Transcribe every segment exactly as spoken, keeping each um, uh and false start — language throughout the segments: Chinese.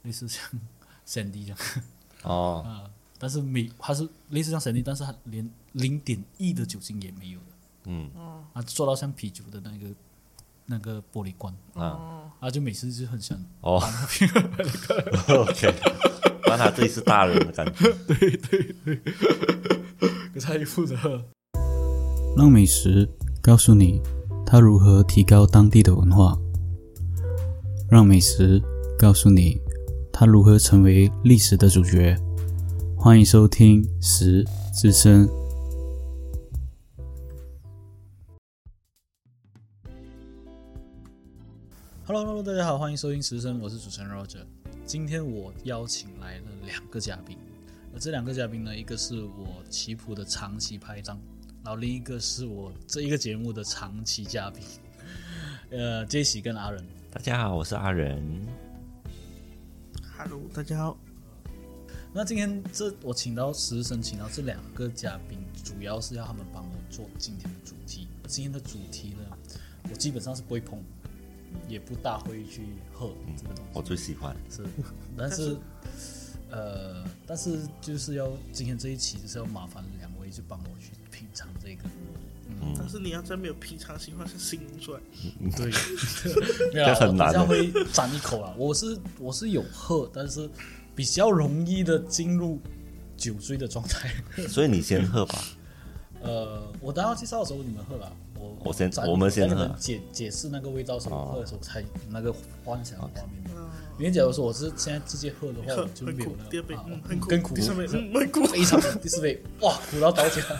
类似像 Sandy 这样哦、 啊，但是没它是类似像 Sandy， 但是它连零点一的酒精也没有的。 嗯， 啊，做到像啤酒的那个那个玻璃罐啊， 啊，就每次就很想哦把那瓶 ，OK，让他自己是大人的感觉。 对对对，可是他也负责喝。让美食告诉你它如何提高当地的文化，让美食告诉你它如何成为历史的主角。欢迎收听食之声。Hello Hello， 大家好，欢迎收听食之声，我是主持人 Roger。今天我邀请来了两个嘉宾，而这两个嘉宾呢，一个是我棋谱的长期拍档，然后另一个是我这一个节目的长期嘉宾，呃 ，J C 跟阿仁。 大家好，我是阿仁。 Hello， 大家好。 那今天这我请到食之声，请到这两个嘉宾，主要是要他们帮我做今天的主题。今天的主题呢，我基本上是不会碰，也不大会去喝这个东西。 我最喜欢是，但是呃，但是就是要今天这一期就是要麻烦两位就帮我去品尝这个。 嗯，但是你要在没有品尝情况下形容出来， 对， 这很难的。 我会沾一口啦。我是我是有喝，但是比较容易的进入酒醉的状态。 所以你先喝吧。 呃，我当要介绍的时候你们喝了，我我先在我们先喝。 你们解解释那个味道的时候，喝的时候才那个幻想的画面。 嗯因为假如说我是现在直接喝的话，我就很苦没有那。 第二杯， 啊嗯，很苦。 更苦。 第三杯，嗯，很苦。 非常苦。第四杯，哇，苦到倒家。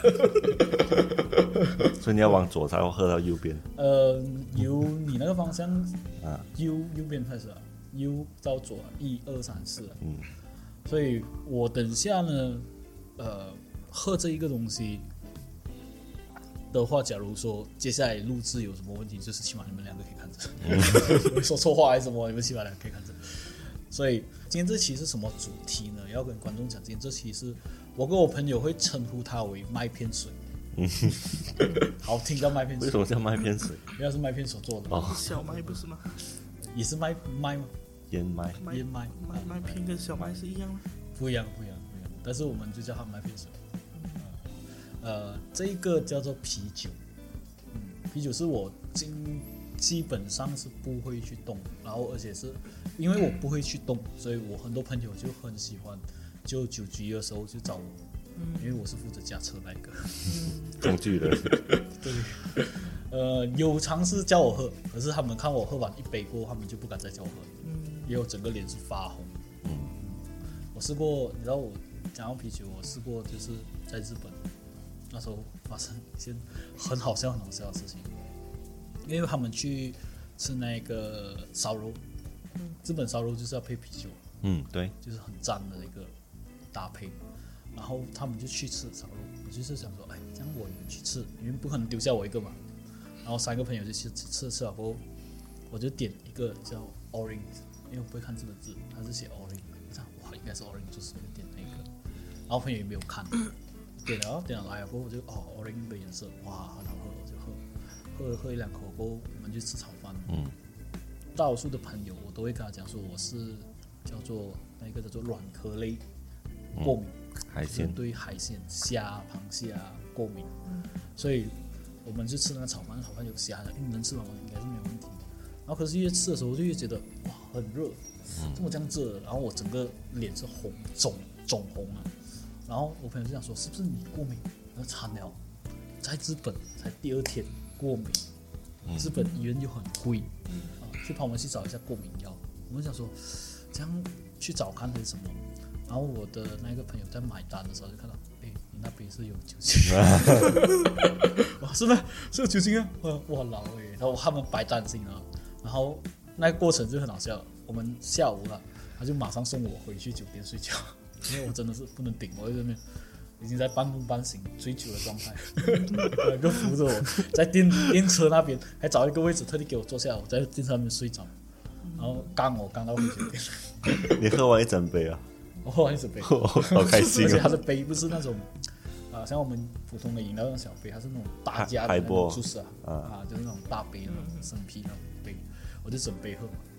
所以你要往左才会喝到右边。 呃，由你那个方向啊， 右右边开始啊，右到左，一二三四。 嗯， 所以我等下呢，呃，喝这一个东西的话，假如说接下来录制有什么问题，就是起码你们两个可以看着，我会说错话还是什么，你们起码两个可以看着。所以今天这期是什么主题呢？要跟观众讲，今天这期是我跟我朋友会称呼它为麦片水。 嗯， 好听叫麦片水。 为什么叫麦片水？ 因为是麦片所做的。 哦， 小麦不是吗？ 也是麦麦吗？ 燕麦。 燕麦。 麦麦片跟小麦是一样吗？ 不一样，不一样，不一样。但是我们就叫它麦片水。呃，这一个叫做啤酒。嗯，啤酒是我基基本上是不会去动，然后而且是因为我不会去动，所以我很多朋友就很喜欢，就酒局的时候就找我，因为我是负责驾车那个工具人。 对，呃，有尝试叫我喝，可是他们看我喝完一杯过后，他们就不敢再叫我喝，嗯，也有整个脸是发红。 嗯， 我试过，你知道我讲到啤酒，我试过就是在日本。那时候发生一件很好笑、很好笑的事情，因为他们去吃那个烧肉，日本烧肉就是要配啤酒， 嗯，对， 就是很赞的一个搭配。然后他们就去吃烧肉，我就是想说，哎，这样我也去吃，因为不可能丢下我一个嘛。然后三个朋友就去吃吃吃了过后，我就点一个叫 orange， 因为我不会看这个字，它是写 orange， 这样哇，应该是 orange， 就是点那个。然后朋友也没有看。点了点了来了过后，我就哦 orange 的颜色，哇，很好喝，我就喝，喝喝一两口过后，我们就吃炒饭。 嗯， 大多数的朋友我都会跟他讲说，我是叫做那个叫做软壳类过敏， 嗯、海鲜对海鲜、虾、螃蟹啊过敏，嗯、所以我们就吃那个炒饭，炒饭有虾的，能吃完应该是没有问题。然后可是越吃的时候，我就越觉得哇很热，怎么这样热？然后我整个脸是红肿肿红啊。然后我朋友就想说，是不是你过敏？那惨了，在日本才第二天过敏，日本医院又很贵，啊，就跑我们去找一下过敏药。我们想说，这样去找看还是什么？然后我的那个朋友在买单的时候就看到，哎，你那边是有酒精，哇，是吗？是有酒精啊！哇，老哎，然后他们白担心啊。然后那个过程就很好笑，我们下午了，他就马上送我回去酒店睡觉。因为我真的是不能顶，我在这边已经在半梦半醒、追求的状态，两个扶着我在电电车那边，还找一个位置特地给我坐下来，我在电车那边睡着，然后刚我刚到回酒店。 你喝完一整杯啊？ 我喝完一整杯， 好开心、哦！ 而且它的杯不是那种啊、呃，像我们普通的饮料那种小杯，它是那种大家的那种 juice 啊，啊，就是那种大杯那种生啤那种杯，我就整杯喝嘛。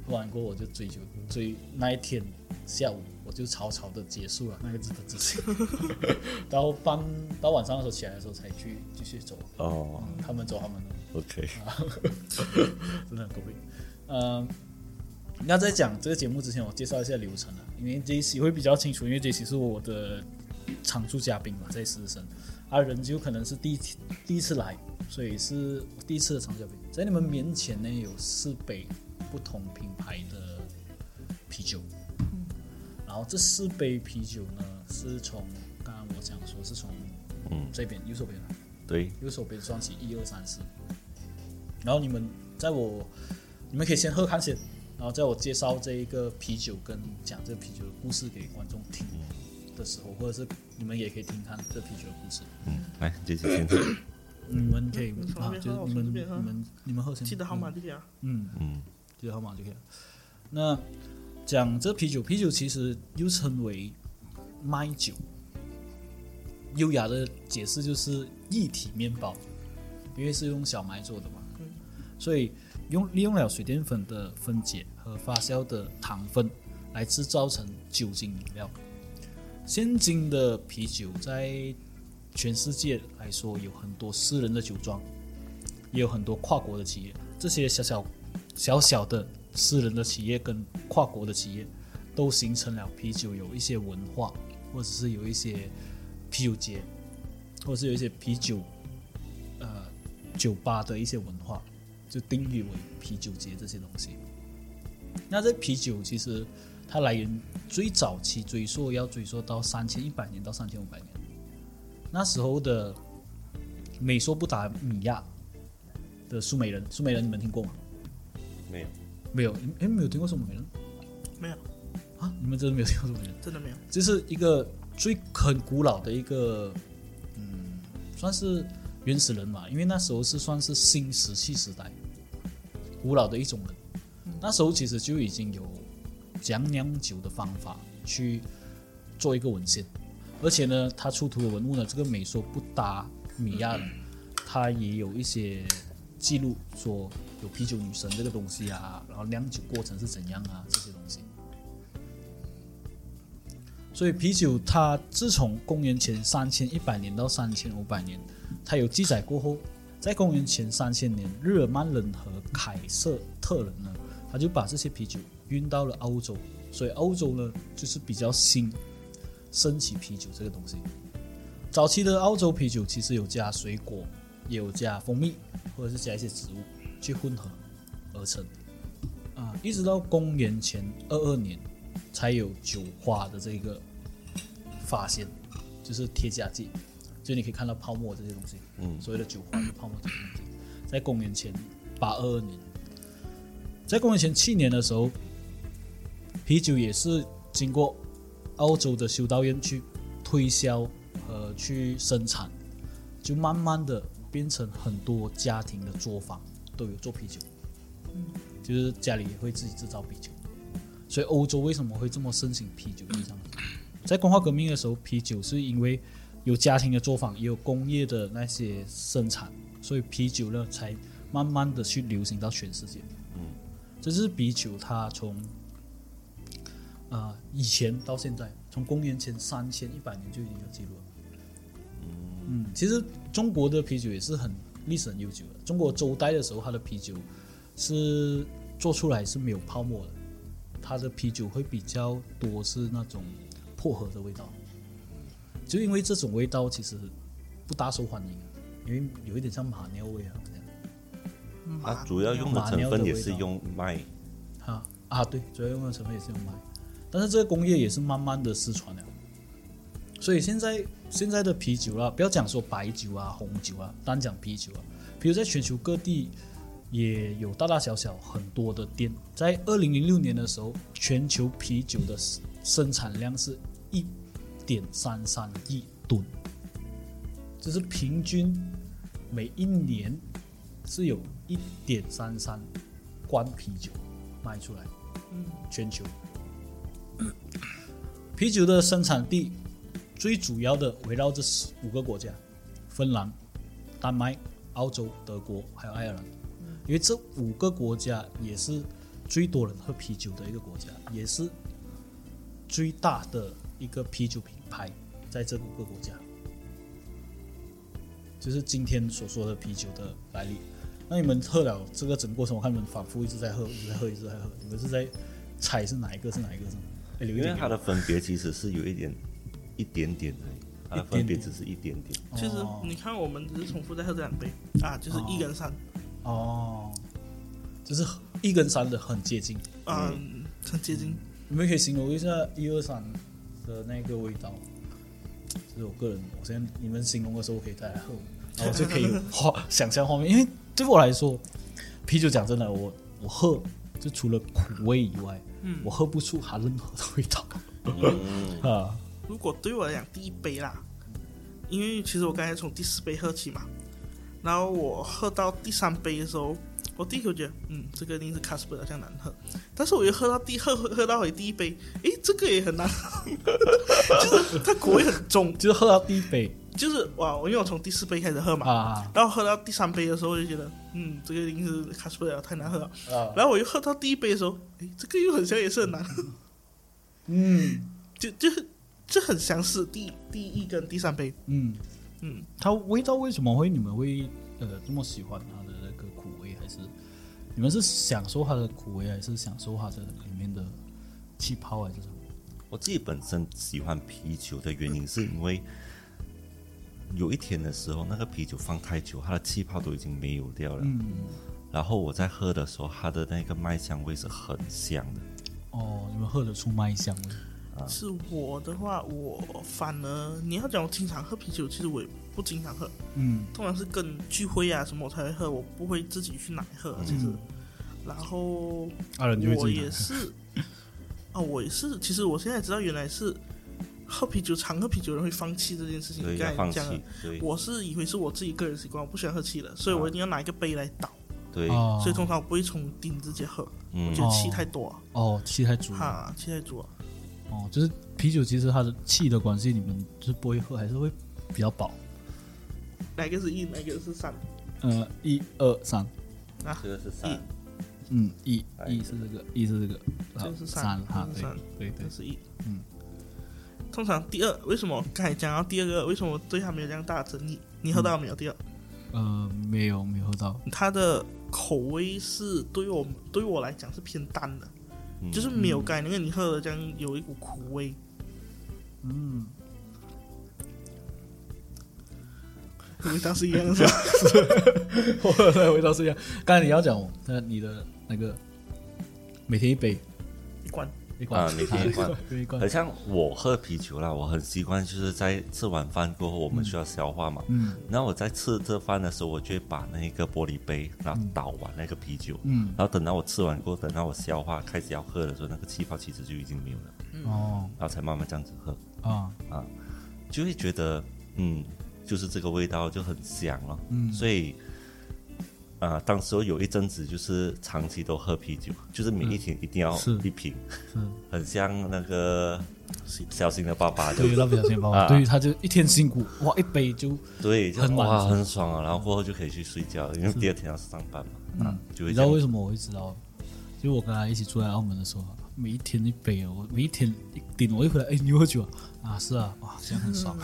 喝完过后我就追酒，追那一天下午我就草草的结束了那个日本之行，到半到晚上的时候起来的时候才去继续走。 哦、 嗯，他们走他们的。 ，OK， 真的很狗屁。呃，那在讲这个节目之前，我介绍一下流程啊，因为 J C 会比较清楚，因为 J C 是我的常驻嘉宾嘛，在狮子山，而人就可能是第一第一次来，所以是第一次的常驻嘉宾。在你们面前呢，有四杯不同品牌的啤酒，嗯，然后这四杯啤酒呢，是从刚刚我讲说是从嗯这边右手边来， 对， 右手边算起一二三四，然后你们在我，你们可以先喝看先，然后在我介绍这一个啤酒跟讲这个啤酒的故事给观众听的时候，或者是你们也可以听看这啤酒的故事。 嗯，来，这次先喝。 你们可以嗯啊，就是你们你们你们喝先， 记得号码就可以了。 嗯嗯， 记得号码就可以了。那讲这啤酒，啤酒其实又称为麦酒，优雅的解释就是液体面包，因为是用小麦做的嘛， 嗯， 所以用利用了水淀粉的分解和发酵的糖分来制造成酒精饮料。现今的啤酒在全世界来说有很多私人的酒庄，也有很多跨国的企业，这些小小小小的私人的企业跟跨国的企业都形成了啤酒有一些文化，或者是有一些啤酒节，或者是有一些啤酒呃酒吧的一些文化，就定义为啤酒节这些东西。那这啤酒其实它来源最早期追溯要追溯到三千一百年到三千五百年，那时候的美索不达米亚的苏美人，苏美人你们听过吗？ 没有， 没有，哎，没有听过苏美人没有啊？你们真的没有听过苏美人？ 真的没有。 这是一个最很古老的一个，嗯，算是原始人嘛，因为那时候是算是新石器时代，古老的一种人。那时候其实就已经有怎样酿酒的方法去做一个文献，而且呢，他出土的文物呢，这个美索不达米亚呢，它也有一些记录说有啤酒女神这个东西啊，然后酿酒过程是怎样啊，这些东西。所以啤酒它自从公元前三千一百年到三千五百年，它有记载过后，在公元前三千年，日耳曼人和凯瑟特人呢，他就把这些啤酒运到了欧洲，所以欧洲呢就是比较新升起啤酒这个东西。早期的澳洲啤酒其实有加水果，也有加蜂蜜，或者是加一些植物去混合而成啊，一直到公元前二二年才有酒花的这个发现，就是添加剂，就你可以看到泡沫这些东西，嗯，所谓的酒花就泡沫这些东西，在公元前八二二年，在公元前七年的时候，啤酒也是经过澳洲的修道院去推销和去生产，就慢慢的变成很多家庭的作坊都有做啤酒，嗯，就是家里也会自己制造啤酒。所以欧洲为什么会这么盛行啤酒业上？在工化革命的时候，啤酒是因为有家庭的作坊，也有工业的那些生产，所以啤酒呢才慢慢的去流行到全世界。嗯，这是啤酒它从啊、呃、以前到现在，从公元前三千一百年就已经有记录了。嗯，其实中国的啤酒也是很历史很悠久的。中国周代的时候，它的啤酒是做出来是没有泡沫的。它的啤酒会比较多是那种薄荷的味道，就因为这种味道其实不大受欢迎，因为有一点像马尿味啊这样。 它主要用的成分也是用麦啊啊，对，主要用的成分也是用麦，但是这个工业也是慢慢的失传了。所以现在现在的啤酒啊，不要讲说白酒啊、红酒啊，单讲啤酒啊，比如在全球各地也有大大小小很多的店。在二零零六年的时候，全球啤酒的生产量是一点三三亿吨，就是平均每一年是有一点三三罐啤酒卖出来。嗯，全球啤酒的生产地最主要的围绕这五个国家：芬兰、丹麦、澳洲、德国还有爱尔兰。因为这五个国家也是最多人喝啤酒的一个国家，也是最大的一个啤酒品牌，在这五个国家，就是今天所说的啤酒的来历。那你们喝了这个整个过程，我看你们反复一直在喝，一直在喝，一直在喝，你们是在猜是哪一个是哪一个是吗？哎， 因为它的分别其实是有一点一点点的，它的分别只是一点点。 其实你看，我们只是重复在喝这两杯啊，就是一跟三。 哦，就是一跟三的很接近， 啊、嗯，很接近。 你们可以形容一下一二三的那个味道。就是我个人，我现在你们形容的时候，我可以再来喝，然后我就可以画想象画面。因为对我来说，啤酒讲真的，我我喝就除了苦味以外，嗯，我喝不出它任何的味道。嗯啊， 如果对我来讲，第一杯啦，因为其实我刚才从第四杯喝起嘛，然后我喝到第三杯的时候，我第一口觉得，嗯，这个一定是 Casper 这样难喝。但是我又喝到第喝喝到回第一杯，诶，这个也很难喝，就是它口味很重， 就是喝到第一杯， 就是哇，因为我从第四杯开始喝嘛，啊，然后喝到第三杯的时候，我就觉得，嗯，这个一定是 Casper 太难喝了。啊，然后我又喝到第一杯的时候，诶，这个又很像也是很难喝， 嗯， 就就就很相似，第第一跟第三杯， 嗯嗯，它味道为什么会你们会呃这么喜欢它的那个苦味，还是你们是享受它的苦味，还是享受它的里面的气泡，还是什么？ 我自己本身喜欢啤酒的原因，是因为有一天的时候，那个啤酒放太久，它的气泡都已经没有掉了。嗯，然后我在喝的时候，它的那个麦香味是很香的。 哦，你们喝得出麦香味？ 是我的话，我反而你要讲我经常喝啤酒，其实我也不经常喝。嗯，通常是跟聚会啊什么我才会喝，我不会自己去买喝。其实，嗯、然后我也是啊，我也是。其实我现在知道，原来是喝啤酒常喝啤酒的人会放气这件事情。 对， 刚才讲了， 我是以为是我自己个人习惯，我不喜欢喝气的，所以我一定要拿一个杯来倒。 对， 所以通常我不会从顶直接喝，嗯、我觉得气太多啊。 哦，气太足哈，气太足啊。 哦，就是啤酒，其实它的气的关系，你们就是不会喝，还是会比较饱。 哪个是一，哪个是三？ 呃，一二三。 啊，这个是三。 嗯，一一是这个，一是这个， 这个是三哈， 对对对， 这是一。嗯。通常第二，为什么刚才讲到第二个，为什么对它没有这样大的争议？你喝到没有？第二？ 呃，没有，没有喝到。 它的口味是对我对我来讲是偏淡的。就是没有盖，因为你喝了这样有一股苦味。嗯，味道是一样的，是吧？ 我喝的味道是一样。刚才你要讲，那你的那个每天一杯， 一罐一罐啊，每天一罐。很像我喝啤酒啦，我很习惯，就是在吃完饭过后，我们需要消化嘛。嗯。然后我在吃这饭的时候，我就会把那个玻璃杯，然后倒完那个啤酒。嗯。然后等到我吃完过后，等到我消化开始要喝的时候，那个气泡其实就已经没有了。哦。然后才慢慢这样子喝。啊啊，就会觉得嗯，就是这个味道就很香了。嗯。所以。啊、呃，当时候有一阵子就是长期都喝啤酒，就是每一天一定要一瓶，嗯、很像那个小新的爸爸， 对，那个小新的爸爸，啊、对，他就一天辛苦，哇，一杯就对，就很哇很爽啊，然后过后就可以去睡觉，因为第二天要上班嘛，嗯，啊、就会。 你知道为什么我会知道？就我跟他一起住在澳门的时候，每一天一杯哦，我每一天一顶，我一回来，哎，你喝酒啊？啊，是啊，哇，这样很爽，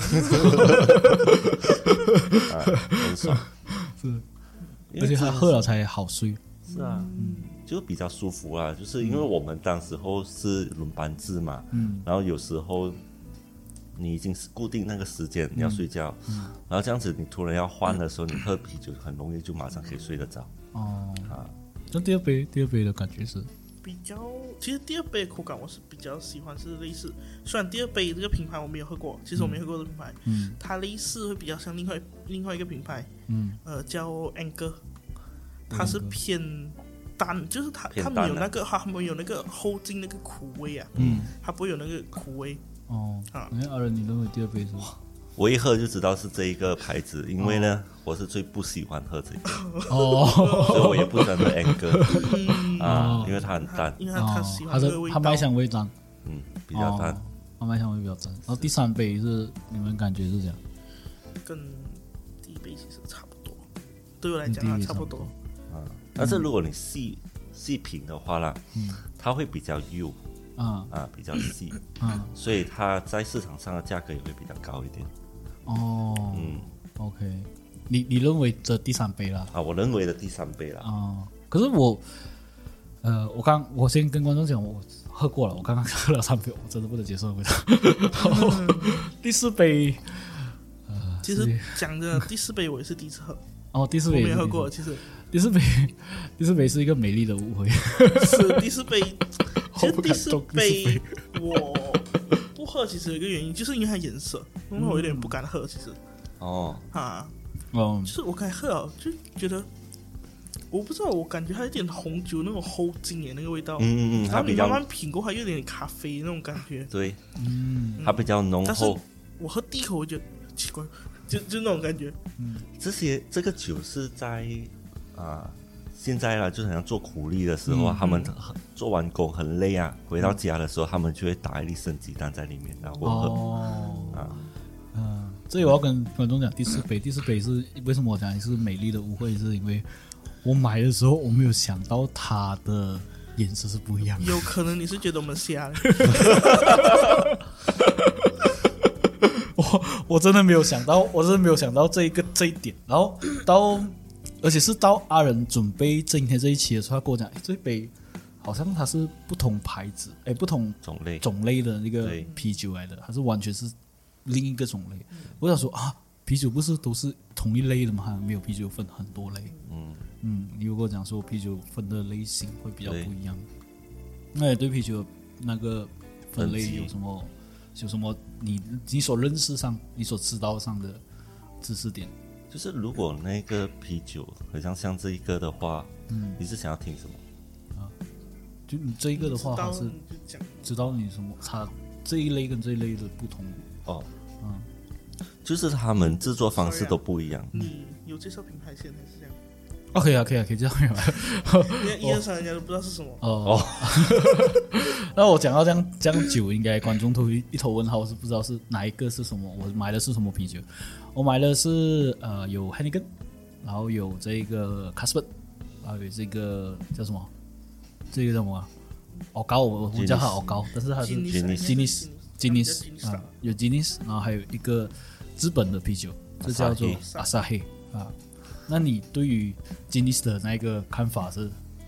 啊、很爽， 是。而且他喝了才好睡， 是啊，嗯，就比较舒服啊。就是因为我们当时候是轮班制嘛，嗯，然后有时候你已经是固定那个时间你要睡觉，嗯，然后这样子你突然要换的时候，你喝啤酒很容易就马上可以睡得着。 哦，啊，那第二杯，第二杯的感觉是比较，其实第二杯的口感我是比较喜欢是类似，虽然第二杯这个品牌我没有喝过，其实我没喝过这个品牌，嗯，它类似会比较像另外另外一个品牌，嗯，呃，叫 Anchor， 它是偏淡，就是它它没有那个它没有那个后劲那个苦味啊，嗯，它不会有那个苦味。 哦，啊，那阿仁，你认为第二杯是？ 我一喝就知道是这一个牌子，因为呢，哦、我是最不喜欢喝这个， 哦， 所以我也不喜欢喝 Anchor， 啊，因为它很淡， 因为它喜欢它的它麦香味淡， 嗯，比较淡， 它麦香味比较淡。然后第三杯是你们感觉是这样？ 跟第一杯其实差不多，对我来讲它差不多。 啊，但是如果你细细品的话啦，嗯，它会比较幼啊啊，比较细啊，所以它在市场上的价格也会比较高一点。 哦，嗯 ，OK， 你你认为这第三杯啦？ 啊，我认为的第三杯啦。 哦，可是我，呃，我刚我先跟观众讲，我喝过了，我刚刚喝了三杯，我真的不能接受味道。嗯、第四杯， 呃，其实讲的第四杯我也是第一次喝。 哦，第四杯我没有喝过，其实第四杯，第四杯是一个美丽的误会。 是第四杯，其实第四杯我不喝，其实有一个原因，就是因为它颜色，因为我有点不敢喝。其实哦啊， 哦， 就是我刚才喝了，就觉得我不知道，我感觉它有点红酒那种齁精的那个味道。 嗯嗯嗯， 然后你慢慢品过，它有点咖啡那种感觉。 对， 嗯， 它比较浓厚。 但是我喝第一口，我觉得奇怪。就就那种感觉， 嗯，这些这个酒是在啊、呃，现在啦，就好像做苦力的时候、啊嗯，他们做完工很累啊，回到家的时候，他们就会打一粒生鸡蛋在里面，然后喝。 哦， 啊， 嗯，这里我要跟观众讲，第四杯，第四杯是为什么我讲是美丽的误会，是因为我买的时候我没有想到它的颜色是不一样的。 有可能你是觉得我们瞎了。 我我真的没有想到，我真的没有想到这一个这一点。然后到，而且是到阿仁准备今天这一期的时候，他跟我讲，哎，这杯好像它是不同牌子，哎，不同种类种类的那个啤酒来的，它是完全是另一个种类。我想说啊，啤酒不是都是同一类的吗？没有，啤酒分很多类。嗯嗯，你如果讲说啤酒分的类型会比较不一样，那你对啤酒那个分类有什么？有什么你你所认识上你所知道上的知识点？ 就是如果那个啤酒好像像这一个的话，嗯，你是想要听什么啊？就你这一个的话，还是知道你什么？它这一类跟这一类的不同哦，嗯，就是他们制作方式都不一样。 你有介绍品牌线还是这样？ 哦，可以啊，可以啊，可以这样啊。一二三，人家都不知道是什么。 哦，那我讲到这样这样酒，应该观众都一一头问号，是不知道是哪一个是什么。我买的是什么啤酒？我买的是呃有 Heineken， 然后有这个 Carlsberg， 还有这个叫什么？这个叫什么？奥高，我我叫它奥高，但是它是 Guinness Guinness 啊，有 Guinness， 然后还有一个日本的啤酒，这叫做 Asahi 啊。那你对于 Guinness 的那个看法是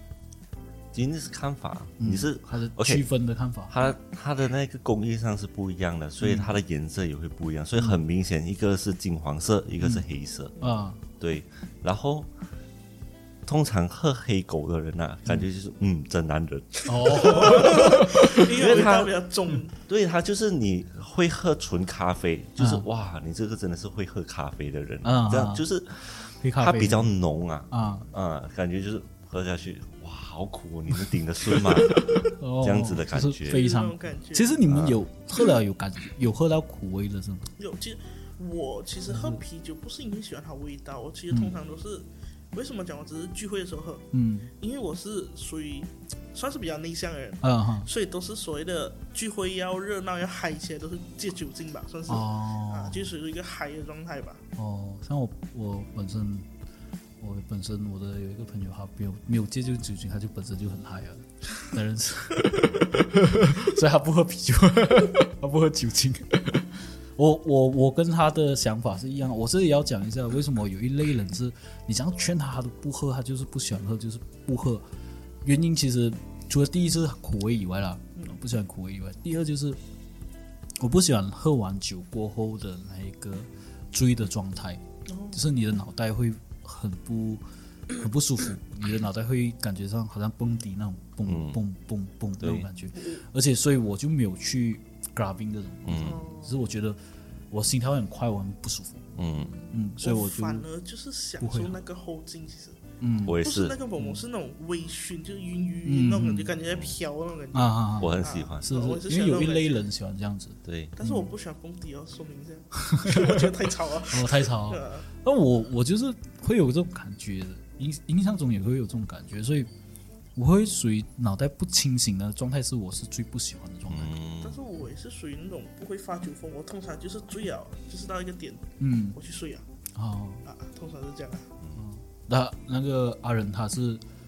？Guinness 看法，嗯、你是它的区分的看法？ Okay, 它它的那个工艺上是不一样的，所以它的颜色也会不一样，所以很明显，一个是金黄色，一个是黑色。 嗯、啊， 对。然后通常喝黑狗的人啊，感觉就是嗯，真男人哦，因为它比较重。 对，他就是你会喝纯咖啡，就是、啊、哇，你这个真的是会喝咖啡的人， 啊、 这样就是。它比较浓啊，啊啊，感觉就是喝下去，哇，好苦哦！你能顶得顺吗？哦、这样子的感觉， 就是、非常。其实你们有、啊、喝了有感觉，有喝到苦味的是吗？ 有，其实我其实喝啤酒不是因为喜欢它味道，我其实通常都是、嗯、为什么讲？我只是聚会的时候喝，嗯，因为我是属于算是比较内向的人， 嗯， 所以都是所谓的聚会要热闹要嗨起来，都是借酒精吧，算是、 哦、 啊，就属于一个嗨的状态吧。 哦，像我我本身我本身我的有一个朋友，他没有没有借酒酒精，他就本身就很嗨了，男人是，所以他不喝啤酒，他不喝酒精。我我我跟他的想法是一样，我这里要讲一下为什么有一类人是你想要劝他，他都不喝，他就是不喜欢喝，就是不喝。原因其实除了第一是苦味以外啦，不喜欢苦味以外，第二就是我不喜欢喝完酒过后的那一个醉的状态，就是你的脑袋会很不很不舒服，你的脑袋会感觉上好像蹦迪那种蹦蹦蹦蹦那种感觉，而且所以我就没有去 grabbing 这种，嗯，只是我觉得我心跳很快，我很不舒服，嗯嗯，所以我就反而就是享受那个后劲，其实。 嗯，我也是， 不是那个懵懵，是那种微醺，就是晕晕晕那种感觉，感觉在飘那种感觉。 啊啊我很喜欢， 是是，因为有一类人喜欢这样子。 对， 但是我不喜欢蹦迪哦，说明这样，我觉得太吵了。 哦，太吵了。那我我就是会有这种感觉，印印象中也会有这种感觉，所以我会属于脑袋不清醒的状态，是我是最不喜欢的状态。 嗯，但是我也是属于那种不会发酒疯，我通常就是醉了，就是到一个点， 嗯， 我去睡了。 哦， 啊，通常是这样啊。 那那个阿仁他是他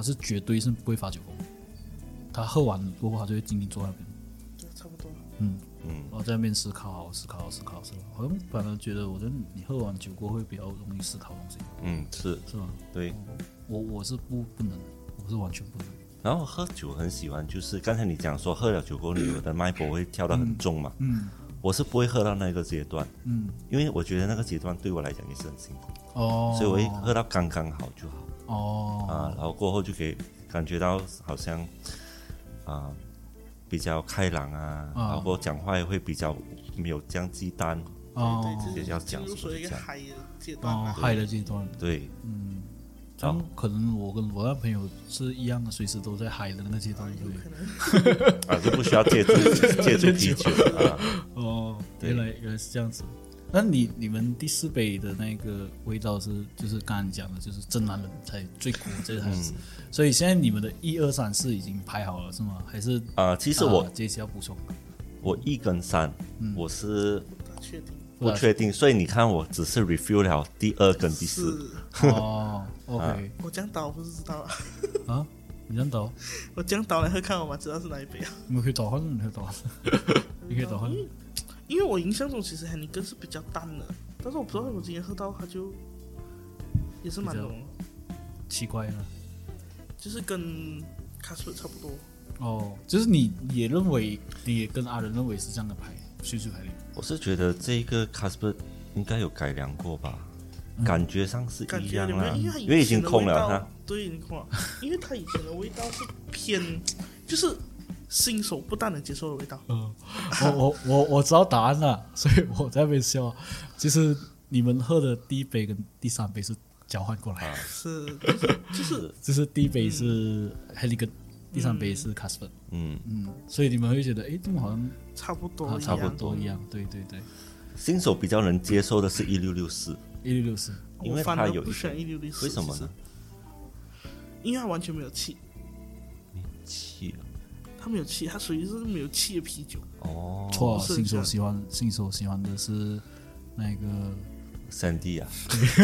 他是绝对是不会发酒疯，他喝完过后他就会静静坐在那边， 对，差不多。 嗯嗯，然后在那边思考思考思考思考，好像反而觉得我觉得你喝完酒过后会比较容易思考东西， 嗯，是是吗？ 对， 我我是不不能，我是完全不能。 然后喝酒很喜欢，就是刚才你讲说喝了酒过后，你有的脉搏会跳得很重嘛。嗯，我是不会喝到那个阶段。嗯，因为我觉得那个阶段对我来讲也是很辛苦。 哦， 所以我会喝到刚刚好就好。 哦， 啊，然后过后就可以感觉到好像啊比较开朗啊，然后讲话也会比较没有这样忌惮。 哦， 对， 就是要讲什么一个嗨的阶段。 哦，嗨的阶段。 对， 嗯。然后可能我跟我那朋友是一样的，随时都在嗨的那个阶段，对。 啊，就不需要借助借助啤酒啊。 哦，原来原来是这样子。那你你们第四杯的那个味道是，就是刚才你讲的，就是真男人才最苦这个还是、嗯？所以现在你们的一二三四已经排好了是吗？还是啊、呃？其实我这些要补充。 我一跟三、嗯，我是不确定。 不确定，所以你看，我只是 review 了第二跟第四。 哦 ，OK，、啊、 我这样倒不是知道了。 啊，你这样倒？ 我这样倒来喝看我嘛，知道是哪一杯啊？ 你可以倒换，你可以倒换，你可以倒换。 因为我印象中其实海尼根是比较淡的，但是我不知道我今天喝到它就也是蛮浓的， 奇怪了， 就是跟卡斯差不多。 哦，就是你也认为，你也跟阿仁认为是这样的排序序排列。 我是觉得这个 Casper 应该有改良过吧，嗯、感觉上是一样啊，因为已经空了它。 对，已经空了，因为它以前的味道是偏，就是新手不大能接受的味道。 嗯，我我我我知道答案了，所以我在那边笑。就是你们喝的第一杯跟第三杯是交换过来， 啊、是就是就是就是第一杯是 Heineken、嗯。第三杯是 Casper， 嗯嗯，所以你们会觉得，哎，这么好像差不多、 啊，差不多一样，对对对。 新手比较能接受的是一六六四， 一六六四， 因为它有不选一六六四， 为什么呢？ 因为它完全没有气， 没气、啊， 它没有气，它属于是没有气的啤酒。 哦， 错，新手喜欢，新手喜欢的是那个三 D 啊。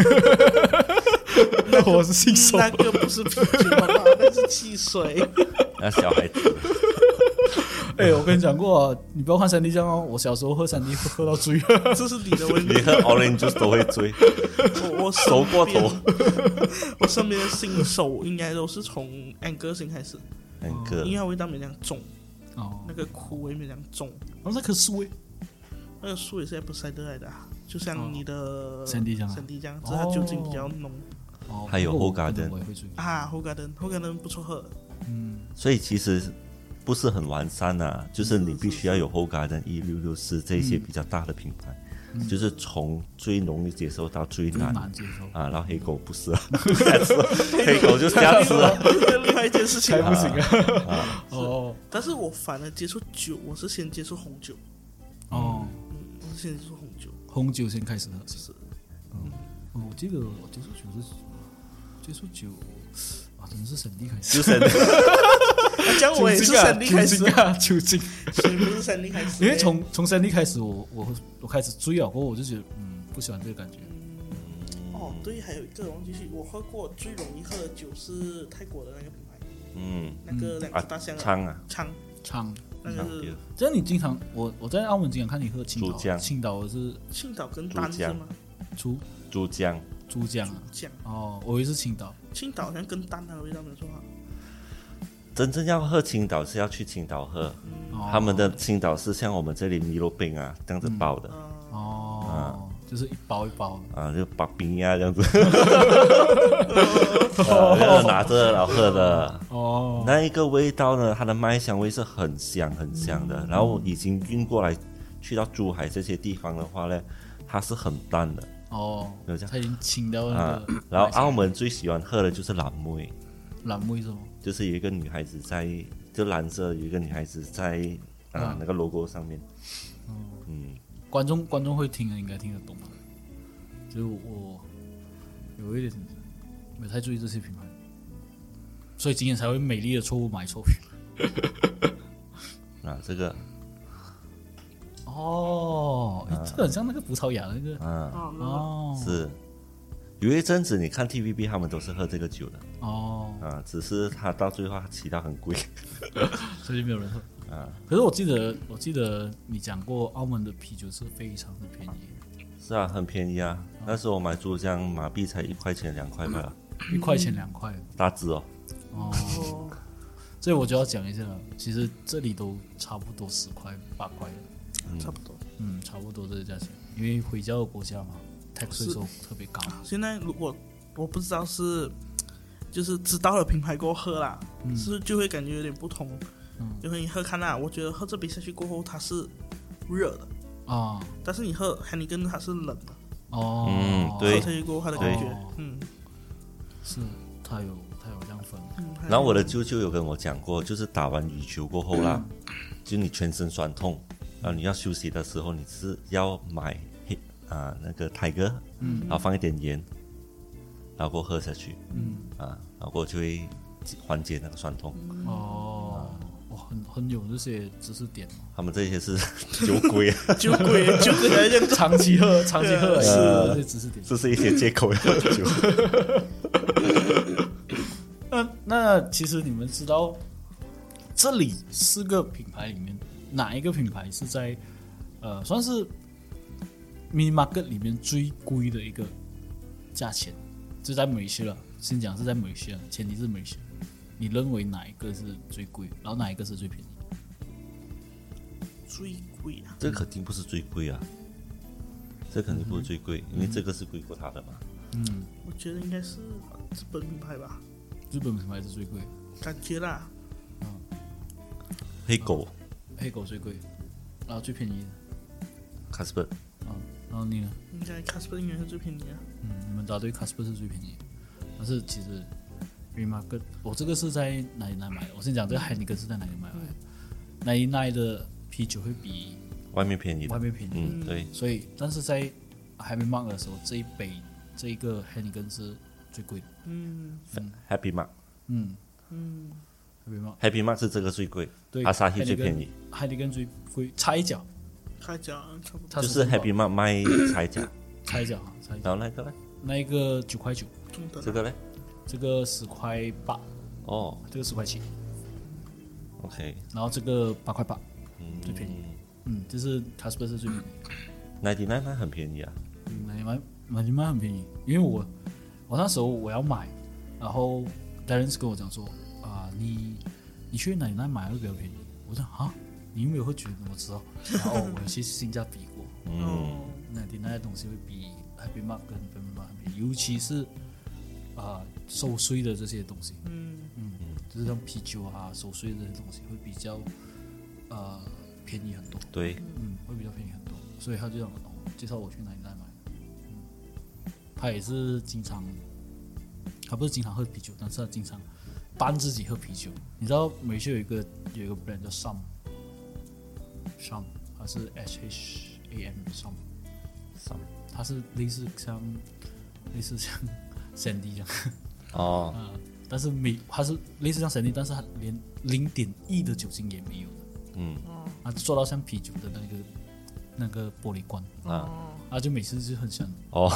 那我是新手， 那个不是啤酒嘛，那是汽水。 那小孩子。 哎、欸，我跟你讲过、啊，你不要看三 D 这样哦。我小时候喝三 D 喝到醉， 这是你的问题。 你喝 Orange Juice 都会醉。 我我熟过头。 我身边的新手应该都是从 Anchor 先开始 ，Anchor， 因为它味道没那样重， 哦， 那个苦味没那样重。 然后那棵树诶， 那个树也是 Apple cider 来的、啊，就像你的三 D 这样， 三 D 这样，只是它酒精比较浓。 哦， 还有 Hoegaarden 啊 ，Hoegaarden Hoegaarden 不错喝。 嗯， 所以其实不是很完善啊，就是你必须要有 Hoegaarden 一六六四这些比较大的品牌，嗯、就是从最容易接受到最难， 最难接受啊。然后黑狗不是啊，黑狗就瞎吃了， 另外一件事情才不行啊。 啊啊哦，但是我反而接触酒，我是先接触红酒。 哦， 嗯，我是先接触红酒， 红酒先开始喝， 是。 嗯，哦，我记得我接触酒是接触酒啊，真的是神地开始， 就神地。 讲我也是神地开始啊，酒精， 所以不是神地开始。 因为从从神地开始我，我我我开始追了过后，我就觉得嗯不喜欢这个感觉。 嗯、哦，对，还有一个忘记去，我喝过最容易喝的酒是泰国的那个品牌， 嗯， 那个两只大象昌啊， 昌昌。 那个是， 这样你经常我我在澳门经常看你喝青岛，青岛是青岛跟丹是吗？ 珠珠江， 珠江， 江哦，我以为是青岛， 青岛好像跟丹的味道没有错啊。 真正要喝青岛是要去青岛喝，嗯、他们的青岛是像我们这里米洛饼啊这样子包的， 嗯、哦，啊、就是一包一包啊，就把冰呀、啊、这样子，呃、拿着然后喝的。 哦， 那一个味道呢，它的麦香味是很香很香的，嗯、然后已经运过来去到珠海这些地方的话呢，它是很淡的。 哦，它已经清掉了、 啊。然后澳门最喜欢喝的就是蓝妹。 蓝妹是吗？ 就是有一个女孩子在，就蓝色有一个女孩子在啊、嗯、那个 logo 上面。 嗯，嗯观众观众会听的应该听得懂吧？就是我有一点没太注意这些品牌，所以今天才会美丽的错误买错品。 啊，这个哦，啊、这个很像那个葡萄牙那个啊哦， 是有一阵子你看 T V B 他们都是喝这个酒的哦。 啊，只是它到最后起到很贵， 所以就没有人喝啊。 可是我记得，我记得你讲过，澳门的啤酒是非常的便宜。 是啊，很便宜啊。那时候我买珠江马币才一块钱两块吧， 一块钱两块， 大支哦。 哦，所以我就要讲一下了。其实这里都差不多十块八块了， 嗯、差不多， 嗯，差不多这个价钱。因为回教的国家嘛 ，tax 税收特别高。 现在如果我不知道是，就是知道了品牌过后喝啦，嗯、是就会感觉有点不同。嗯，就会你喝看啦，我觉得喝这杯下去过后它是热的啊、哦， 但是你喝 Heineken 它是冷的。 哦， 嗯，对， 喝下去过后它的感觉，哦、嗯， 是它有它有这样分。 嗯、 然后我的舅舅有跟我讲过，就是打完羽球过后啦，嗯、就你全身酸痛，然后你要休息的时候，你是要买啊那个泰戈，嗯，然后放一点盐，然后过后喝下去，嗯，啊，然后就会缓解那个酸痛。 嗯、哦。很很有这些知识点， 他们这些是酒鬼啊， 酒鬼，酒鬼来讲， 长期喝，长期喝是这些知识点， 这是一些借口要喝酒。 那那其实你们知道，这里四个品牌里面，哪一个品牌是在呃算是 mini market 里面最贵的一个价钱？就在美西了，先讲是在美西了，前提是美西。你认为哪一个是最贵，然后哪一个是最便宜？ 最贵啊！ 这肯定不是最贵啊，这肯定不是最贵，嗯、因为这个是贵过它的嘛。 嗯，我觉得应该是日本品牌吧。 日本品牌是最贵， 感觉啦。 嗯， 黑狗、 嗯，黑狗最贵，然后最便宜的 Casper。 嗯，然后你呢？ 应该 Casper 应该是最便宜的。 嗯，你们答对 Casper 是最便宜，但是其实。Remark， 我这个是在哪里买的？我先讲这个海尼根是在哪里买的？哪一奈的啤酒会比外面便宜， 外面便宜， 嗯，对。 所以，但是在还没 mark 的时候，这一杯这一个海尼根是最贵的。 嗯嗯 ，Happy Mark， 嗯嗯 ，Happy Mark， Happy Mark 是这个最贵， 对， 阿萨希最便宜， 海尼根最贵，差一角， 差一角差不多， 就是 Happy Mark 卖差一角， 差一角哈，差一角。 然后那个呢？ 那一个九块九， 这个呢？ 这个十块八。 哦， 这个十块七 ，OK， 然后这个八块八， 嗯， 最便宜，嗯，就是 Casper 是最便宜 ，ninety nine 那很便宜啊， 嗯，ninety nine ninety nine很便宜，因为我我那时候我要买，然后 Darren 跟我讲说啊、呃，你你去ninety nine买会比较便宜，我说啊，你有没有会觉得我知道？然后我去性价比过， 嗯 ，ninety nine 的东西会比 Happy Mark 跟 Happy Mark 很便宜，尤其是啊、呃、收税的这些东西， 嗯。 嗯，就是像啤酒啊、手税这些东西会比较呃便宜很多。 对， 嗯，会比较便宜很多，所以他就让我、哦、介绍我去哪里买。嗯，他也是经常，他不是经常喝啤酒，但是他经常搬自己喝啤酒。你知道美式有一个有一个 brand 叫 Sam，Sam， 它是 H H A M Sam，Sam， 它是类似像类似像 Sandy 这样。 哦。 嗯但是没，它是类似像神力，但是它连零点一的酒精也没有的。 嗯， 啊，做到像啤酒的那个那个玻璃罐啊， 啊，就每次就很想哦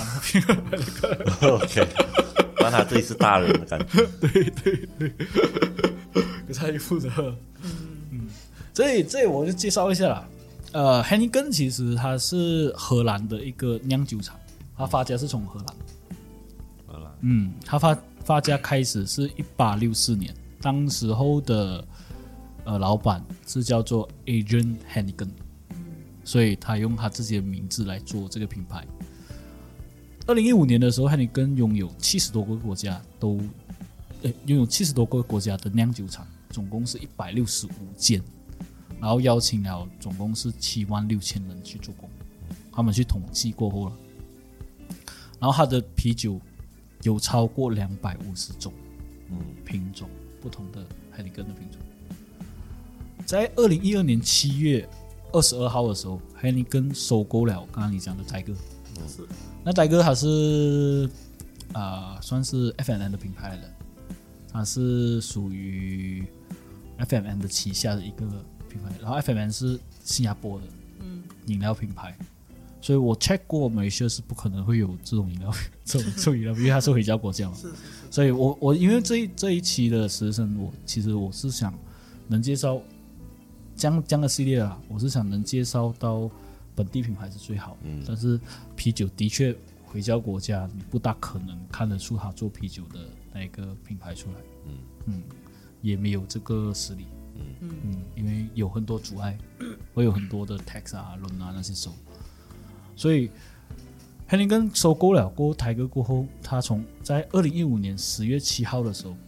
，OK， 那他这里是大人的感觉， 对对对，可是他就负责，嗯，这里这里我就介绍一下啦。呃 Heineken 其实它是荷兰的一个酿酒厂，它发家是从荷兰， 荷兰， 嗯，它发。发家开始是一八六四年，当时候的呃老板是叫做 Adrian Heineken， 所以他用他自己的名字来做这个品牌。二零一五年的时候 ，Heineken 拥有七十多个国家都，呃，拥有七十多个国家的酿酒厂，总共是一百六十五间，然后邀请了总共是七万六千人去做工，他们去统计过后了，然后他的啤酒。有超过两百五十种品种，不同的海尼根的品种。在二零一二年七月二十二号的时候，海尼根收购了刚刚你讲的戴哥。 是， 那戴哥它是啊、呃，算是 F M N 的品牌来的，它是属于 F M N 的旗下的一个品牌。然后 F M N 是新加坡的饮料品牌， 所以我 check 过马来西亚是不可能会有这种饮料，这种这种饮料，因为它是回教国家嘛。 是是是。 所以我我因为这一这一期的实习生，我其实我是想能介绍这样这样的系列啊，我是想能介绍到本地品牌是最好的。嗯。但是啤酒的确回教国家，你不大可能看得出他做啤酒的那个品牌出来。嗯嗯，也没有这个实力。嗯嗯，因为有很多阻碍，会有很多的 tax 啊、轮啊那些收。所以 Heineken 收购了过台哥过后，他从在二零一五年十月七号的时候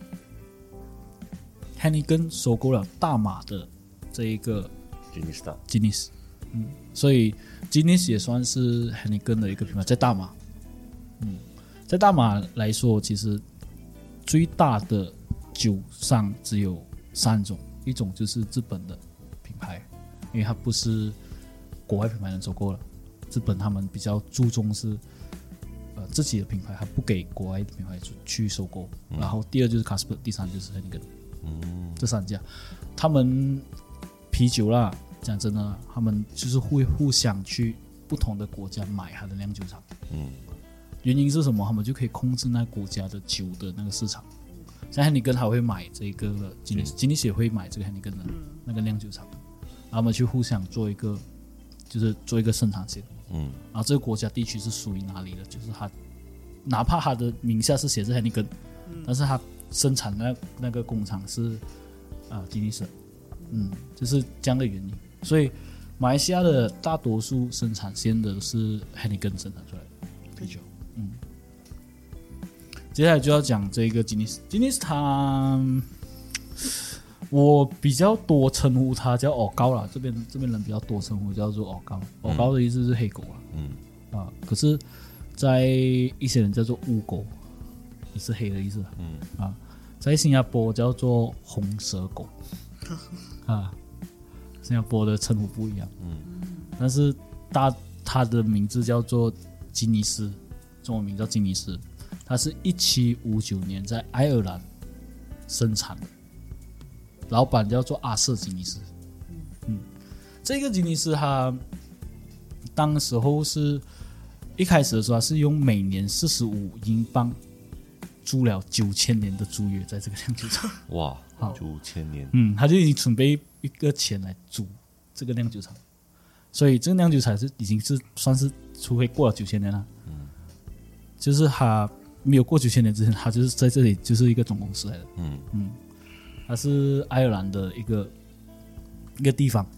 Heineken 收购了大马的这一个 Guinness Guinness， 嗯，所以 Guinness 也算是 Heineken 的一个品牌，在大马，嗯，在大马来说，其实最大的酒商只有三种，一种就是日本的品牌，因为它不是国外品牌能收购了。日本他们比较注重是呃自己的品牌，他不给国外的品牌去收购。嗯、然后第二就是 Carlsberg， 第三就是 Heineken，嗯，这三家，他们啤酒啦，讲真的，他们就是会互相去不同的国家买他的酿酒厂。嗯，原因是什么？他们就可以控制那国家的酒的那个市场。像 Heineken 还会买这个 Guinness，Guinness 也会买这个 Heineken 的那个酿酒厂，然后他们去互相做一个，就是做一个生产线。嗯，然后这个国家地区是属于哪里的？就是它，哪怕它的名下是写着 Heineken，、嗯、但是它生产的那个工厂是啊 Guinness， 嗯，就是这样的原因。所以马来西亚的大多数生产线的是 Heineken 生产出来的啤酒。嗯，接下来就要讲这个 Guinness，Guinness 它。我比较多称呼它叫袄高啦，这边这边人比较多称呼叫做袄高。袄高的意思是黑狗啊，嗯啊，可是，在一些人叫做乌狗，也是黑的意思，嗯啊，在新加坡叫做红蛇狗，啊，新加坡的称呼不一样，嗯，但是大它的名字叫做吉尼斯，中文名叫吉尼斯，它是一七五九年在爱尔兰生产的。老板叫做阿瑟吉尼斯，嗯，这个吉尼斯他当时候是一开始的时候，他是用每年四十五英镑租了九千年的租约在这个酿酒厂。 哇，九千年， 嗯，他就已经准备一个钱来租这个酿酒厂，所以这个酿酒厂是已经是算是除非过了九千年了，嗯，就是他没有过九千年之前，他就是在这里就是一个总公司来的，嗯嗯。它是爱尔兰的一个一个地方。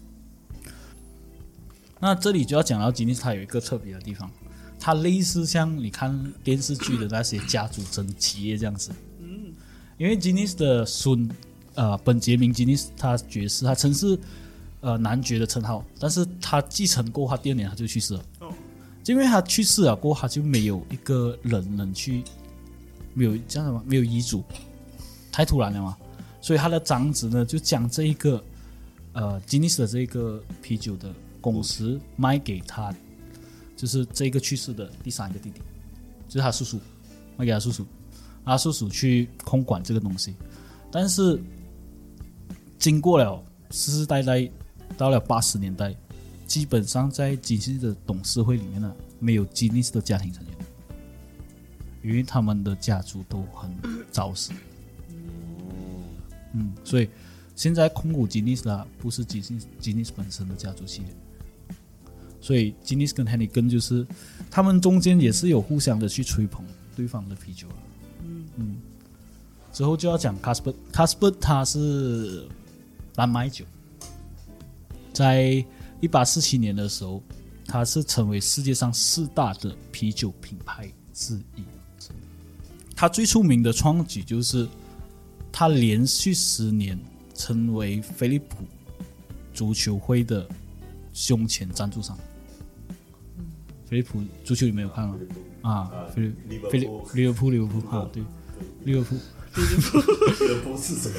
那这里就要讲到吉尼斯，它有一个特别的地方，它类似像你看电视剧的那些家族整企业这样子。嗯，因为吉尼斯的孙呃本杰明吉尼斯他爵士，他曾是呃男爵的称号，但是他继承过他第二年他就去世了。哦，就因为他去世了过后，他就没有一个人能去，没有这样的吗？没有遗嘱，太突然了嘛。所以他的长子呢，就将这一个呃吉尼斯的这个啤酒的公司卖给他，就是这个去世的第三个弟弟，就是他叔叔，卖给他叔叔，他叔叔去控管这个东西。但是经过了世世代代，到了八十年代，基本上在吉尼斯的董事会里面呢，没有吉尼斯的家庭成员，因为他们的家族都很早死。嗯，所以现在控股吉尼斯啦，不是吉尼斯吉尼斯本身的家族企业，所以吉尼斯跟 Heineken 就是他们中间也是有互相的去吹捧对方的啤酒啊。嗯嗯，之后就要讲 Carlsberg，Carlsberg 它是蓝麦酒，在一八四七年的时候，它是成为世界上四大的啤酒品牌之一。它最出名的创举就是。他连续十年成为飞利浦足球会的胸前赞助商。嗯、飞利浦足球你没有看吗？啊，飞利飞利利物浦利物浦啊，对，利物浦。 利物浦， 利物浦是什么？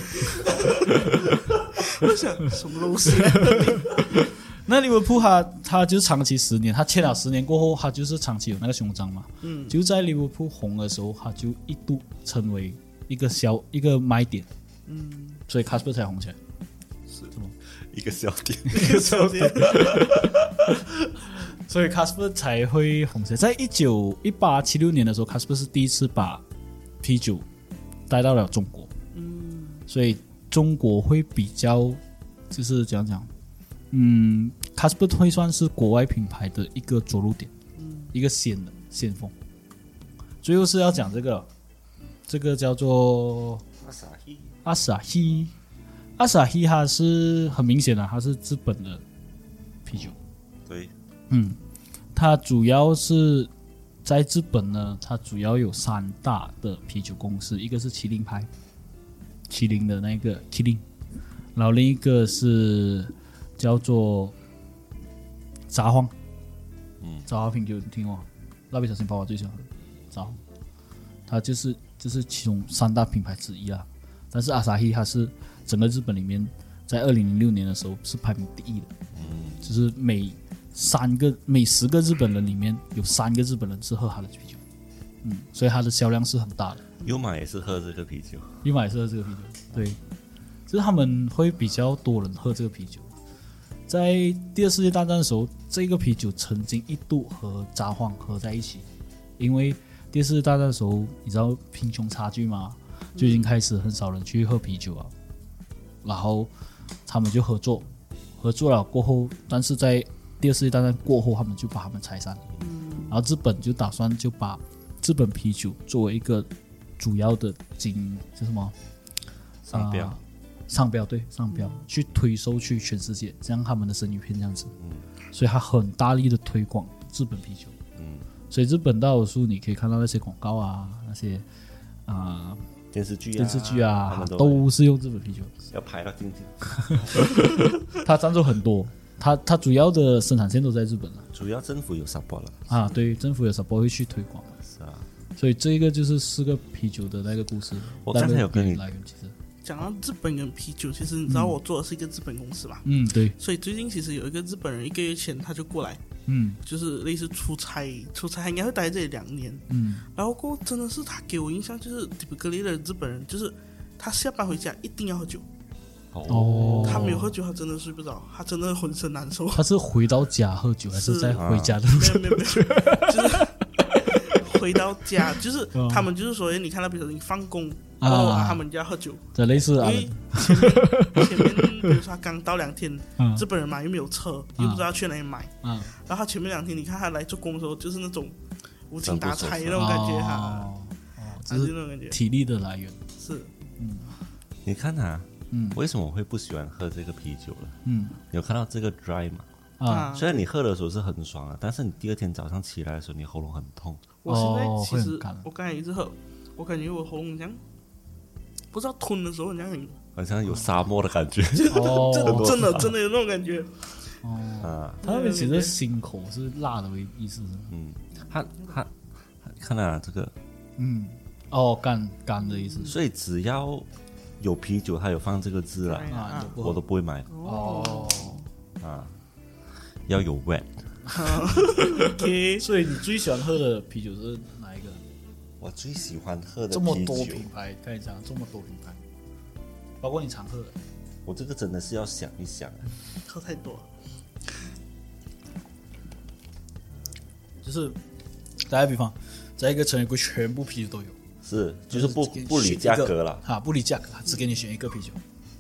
我想什么东西？ 那利物浦他他就是长期十年，他签了十年过后，他就是长期有那个胸章嘛。嗯，就在利物浦红的时候，他就一度成为。一个小一个卖点，嗯，所以 Carlsberg 才红起来， 是一个小点， 一个小点。 所以 Carlsberg 才会红起来。在一九一八七六年的时候 ，Carlsberg 是第一次把啤酒带到了中国。嗯，所以中国会比较，就是讲讲，嗯 ，Carlsberg 会算是国外品牌的一个着陆点，嗯，一个先的先锋。最后是要讲这个，这个叫做阿萨希， 阿萨希，阿萨希它是很明显的，它是日本的啤酒。 对， 嗯，它主要是在日本呢，它主要有三大的啤酒公司，一个是麒麟牌，麒麟的那个麒麟，然后另一个是叫做札幌，嗯，札幌啤酒你听过？蜡笔小新爸爸最喜欢喝札幌，它就是就是其中三大品牌之一啦。但是阿萨希它是整个日本里面，在二零零六年的时候是排名第一的，嗯，就是每三个每十个日本人里面有三个日本人是喝它的啤酒，嗯，所以它的销量是很大的。 优马也是喝这个啤酒， 优马也是喝这个啤酒，对，就是他们会比较多人喝这个啤酒。在第二次世界大战的时候，这个啤酒曾经一度和札幌合在一起，因为第二次世界大战的时候，你知道贫穷差距嘛，就已经开始很少人去喝啤酒啊，然后他们就合作，合作了过后，但是在第二次世界大战过后，他们就把他们拆散了，然后日本就打算就把日本啤酒作为一个主要的经是什么商标。 呃商标对商标、嗯、去推售去全世界，像他们的生鱼片这样子、嗯、所以他很大力的推广日本啤酒、嗯、所以日本大多数你可以看到那些广告啊，那些啊、呃、 电视剧啊电视剧啊 都, 都是用日本啤酒， 要排到晶晶他赞助很多，他他主要的生产线都在日本了， 主要政府有 support 了啊，对，政府有 support 会去推广， 是啊， 所以这一个就是四个啤酒的那个故事。 我刚才有跟你来源，其实讲到日本跟啤酒，其实你知道我做的是一个日本公司嘛？ 嗯，对。 所以最近其实有一个日本人，一个月前他就过来，嗯，就是类似出差，出差他应该会待这里两年，嗯，然后过后真的是他给我印象就是 typically 的日本人，就是他下班回家一定要喝酒。哦，他没有喝酒，他真的睡不着，他真的浑身难受。 他是回到家喝酒，还是在回家的路上？ 没有没有没有，就是回到家，就是他们就是说，你看到比如说你放工。然后、啊、他们就要喝酒， 这类似啊。 因为前面前面比如说他刚到两天，嗯、日本人嘛又没有车，嗯、又不知道要去哪里买，嗯、然后他前面两天你看他来做工的时候，就是那种无精打采那种感觉哈， 哦， 就是那种感觉， 体力的来源是， 嗯，你看啊，嗯，为什么我会不喜欢喝这个啤酒了？嗯，你有看到这个 dry 吗？啊，虽然你喝的时候是很爽啊，但是你第二天早上起来的时候，你喉咙很痛。 我现在其实、哦、我刚才一直喝，我感觉我喉咙这样。不知道吞的时候，好像很好像有沙漠的感觉， 哦、真的真的有那种感觉。 哦，啊，他那边其实心口是辣的意思。 嗯，他他看啊，这个， 嗯，哦，干干的意思。 所以只要有啤酒，他有放这个字啦，啊、我都不会买。哦，啊，要有 wet。OK， 所以你最喜欢喝的啤酒是？ 我最喜欢喝的这么多品牌，跟你讲这么多品牌，包括你常喝的。 我这个真的是要想一想， 喝太多了。 就是打个比方，在一个陈列柜全部啤酒都有， 是就是不不理价格了啊，不理价格，只给你选一个啤酒，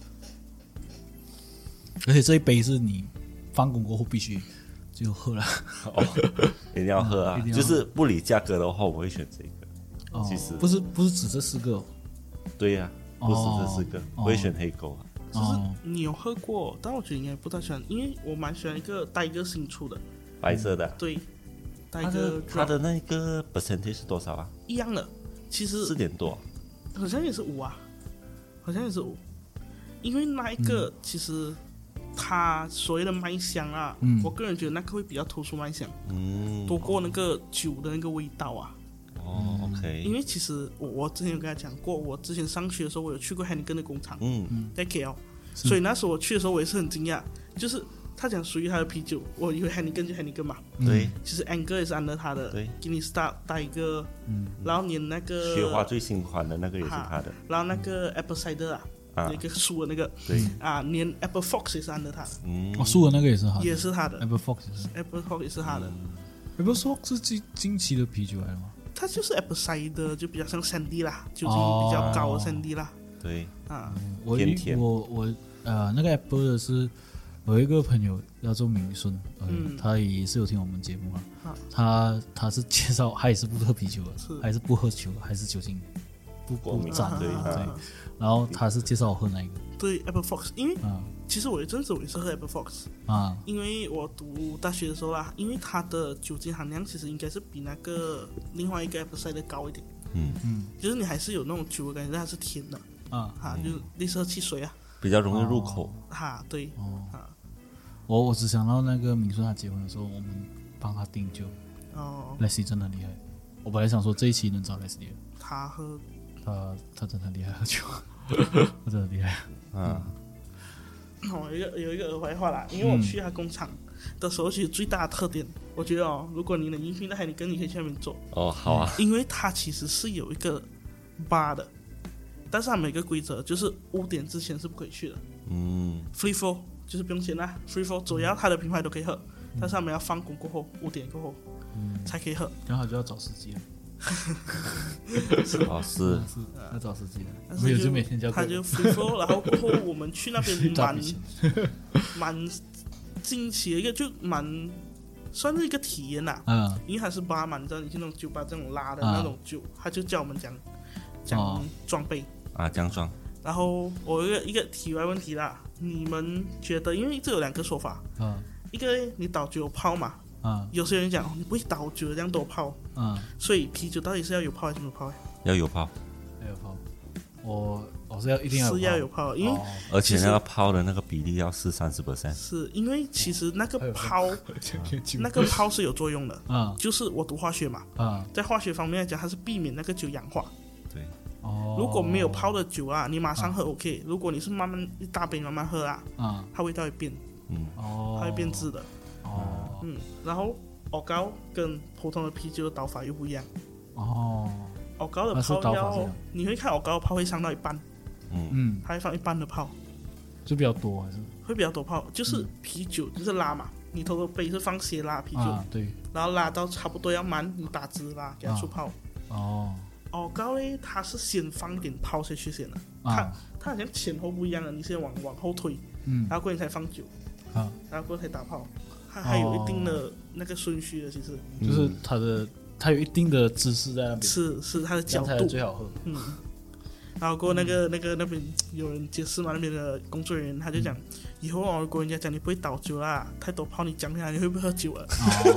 而且这一杯是你放工过后必须就喝了， 哦，一定要喝啊！嗯、就是不理价格的话，我会选这个。 哦、 其实不是不是指这四个、哦， 对呀、啊，不是这四个，我、哦、会选黑狗啊。 只是你有喝过，但我觉得应该不太喜欢，因为我蛮喜欢一个带一个新出的白色的、啊， 对，带一个它的那个 percentage 是多少啊？ 一样的，其实四点多， 好像也是五啊，好像也是五，因为那一个、嗯、其实它所谓的麦香啊、嗯，我个人觉得那个会比较突出麦香，嗯，多过那个酒的那个味道啊。 哦 ，OK， 因为其实我我之前有跟他讲过，我之前上学的时候，我有去过 Heineken 的工厂，嗯，在 K L， 所以那时候我去的时候，我也是很惊讶，就是他讲属于他的啤酒，我以为 Heineken 就 Heineken 嘛， 对， 其实 Anchor 也是 under 他的，对 ，Guinness Stout 带一个，嗯，然后连那个雪花最新款的那个也是他的， 然后那个 Apple Cider 啊， 那个输的那个， 对啊，连 Apple Fox 也是 under 他的， 嗯， 哦，输的那个也是他的， 也是他的 Apple Fox 也是 Apple Fox 也是他的， Apple Fox 是近近期的啤酒来的吗？ 它就是 Apple cider 就比较像山地啦，酒精比较高的山地啦， 对啊， 我甜甜我我呃那个 Apple 的是我有一个朋友叫做明顺，嗯，他也是有听我们节目啊， 啊他他是介绍他也是不喝啤酒的， 是还是不喝酒，还是酒精不过敏不沾， 对对啊， 然后他是介绍我喝哪一个对 Apple Fox， 因为啊其实我有一阵子我也是喝 Apple Fox， 啊因为我读大学的时候啦，因为它的酒精含量其实应该是比那个另外一个 Apple cider 高一点， 嗯嗯就是你还是有那种酒的感觉，但它是甜的， 啊哈，就是类似喝汽水啊， 比较容易入口。 哈，对， 哦， 啊， 我我只想到那个明顺他结婚的时候，我们帮他订酒哦， ，Leslie 真的很厉害。我本来想说这一期能找 Leslie 的， 他喝， 他他真的很厉害喝酒，他真的很厉害。 嗯， 哦，有一个有一个额外话啦，因为我去他工厂的时候，其实最大的特点，我觉得哦，如果你能应聘到海尼根，你可以去那边做， 哦，好啊， 因为它其实是有一个 bar 的，但是它每个规则就是五点之前是不可以去的嗯， ，free for 就是不用钱啦，free for 主要它的品牌都可以喝，但是他们要放工过后五点过后嗯， 才可以喝， 然后就要找司机了， 哦是， 是要找司机了， 但是没有就每天叫他就 free for， 然后过后我们去那边大蛮笔钱蛮惊奇的一个，就蛮算是一个体验啦。 嗯因为他是巴嘛，你知道，你去那种酒吧这种拉的啊那种酒，他就叫我们讲讲哦装备。 啊，这样装， 然后我有一个一个题外问题啦，你们觉得，因为这有两个说法， 嗯一个你倒酒有泡嘛， 嗯有些人讲、哦、你不会倒酒这样多泡， 嗯， 所以啤酒到底是要有泡还是没有泡？ 要有泡， 要有泡，我我是要一定要是要有泡，因为、 哦而且那个泡的那个比例要是三十 percent。 是因为其实那个还有泡那个泡是有作用的， 嗯就是我读化学嘛， 嗯在化学方面来讲，它是避免那个酒氧化。 对， 哦， 如果没有泡的酒啊，你马上喝 OK。如果你是慢慢一大杯慢慢喝啊， 嗯它味道会变， 嗯， 哦， 它会变质的。 哦嗯，然后熬高跟普通的啤酒的倒法又不一样。 哦熬高的那是泡要倒法是这样， 你会看熬高的泡会上到一半， 嗯， 它会放一半的泡， 就比较多还是会比较多泡。就是啤酒就是拉嘛，你头头杯是放血拉啤酒， 啊对然后拉到差不多要满，你打汁拉给它出泡。 哦熬高嘞，它是先放一点泡下去先的，它啊它好像前后不一样的，你先往往后推， 嗯然后过后你才放酒， 啊， 然后过后才打泡，它还有一定的那个顺序的，其实就是它的它有一定的姿势在那边， 是是它的这样才角度， 最好喝。 嗯。然后过后那个那个那边有人解释嘛，那边的工作人员他就讲，以后哦，如果人家讲你不会倒酒啦，太多泡你讲下你会不会喝酒啊？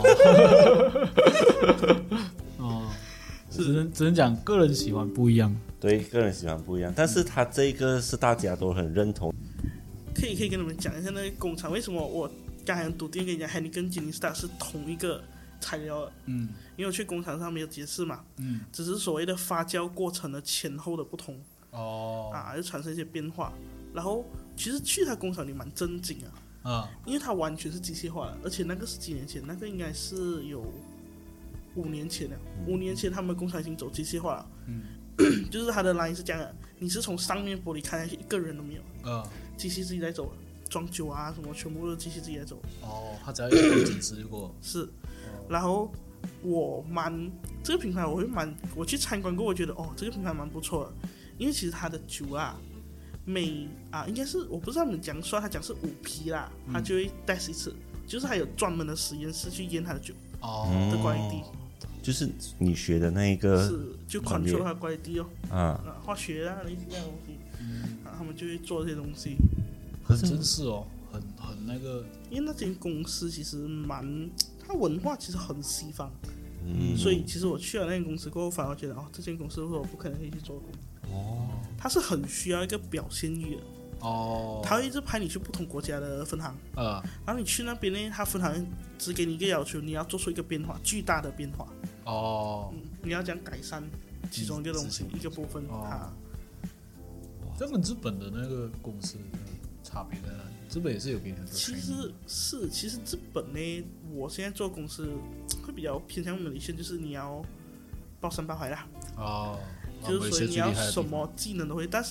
哦，只能只能讲个人喜欢不一样。 对，个人喜欢不一样，但是他这个是大家都很认同。 可以可以跟你们讲一下那个工厂为什么我刚才笃定跟你讲 Henny 跟 Jenny Star 是同一个材料的， 嗯因为我去工厂上没有解释嘛， 嗯只是所谓的发酵过程的前后的不同哦啊，就产生一些变化。然后其实去他工厂里蛮震惊啊， 啊因为它完全是机械化的，而且那个是几年前，那个应该是有五年前了。五年前他们工厂已经走机械化了， 嗯就是它的 line 是这样的，你是从上面玻璃看下去，一个人都没有， 呃机器自己在走，装酒啊什么全部都是机器自己在走。 哦，他只要有工程师就过。 是，然后我蛮这个品牌，我会蛮我去参观过，我觉得哦，这个品牌蛮不错的，因为其实它的酒啊，每啊应该是我不知道你们讲算，它讲是五批啦，它就会 test 一次，就是它有专门的实验室去验它的酒哦的 quality， 就是你学的那一个是就 control 它的 quality 哦， 啊， 啊化学啊类似这样的东西，啊他们就会做这些东西， 很真是哦，很很那个因为那间公司其实蛮，它文化其实很西方。 嗯， 所以其实我去了那间公司过后，反而觉得哦，这间公司我不可能可以去做工。 哦， 它是很需要一个表现欲的， 哦， 它会一直派你去不同国家的分行， 呃然后你去那边呢，它分行只给你一个要求，你要做出一个变化，巨大的变化， 哦， 嗯，你要讲改善其中一个东西，一个部分哦啊， 这跟日本的那个公司的差别在哪里？日本也是有给你很多其 training 实是其实日本呢，我现在做公司会比较偏向马来西亚，就是你要包山包海啦。 哦， 就是说你要什么么技能都会，但是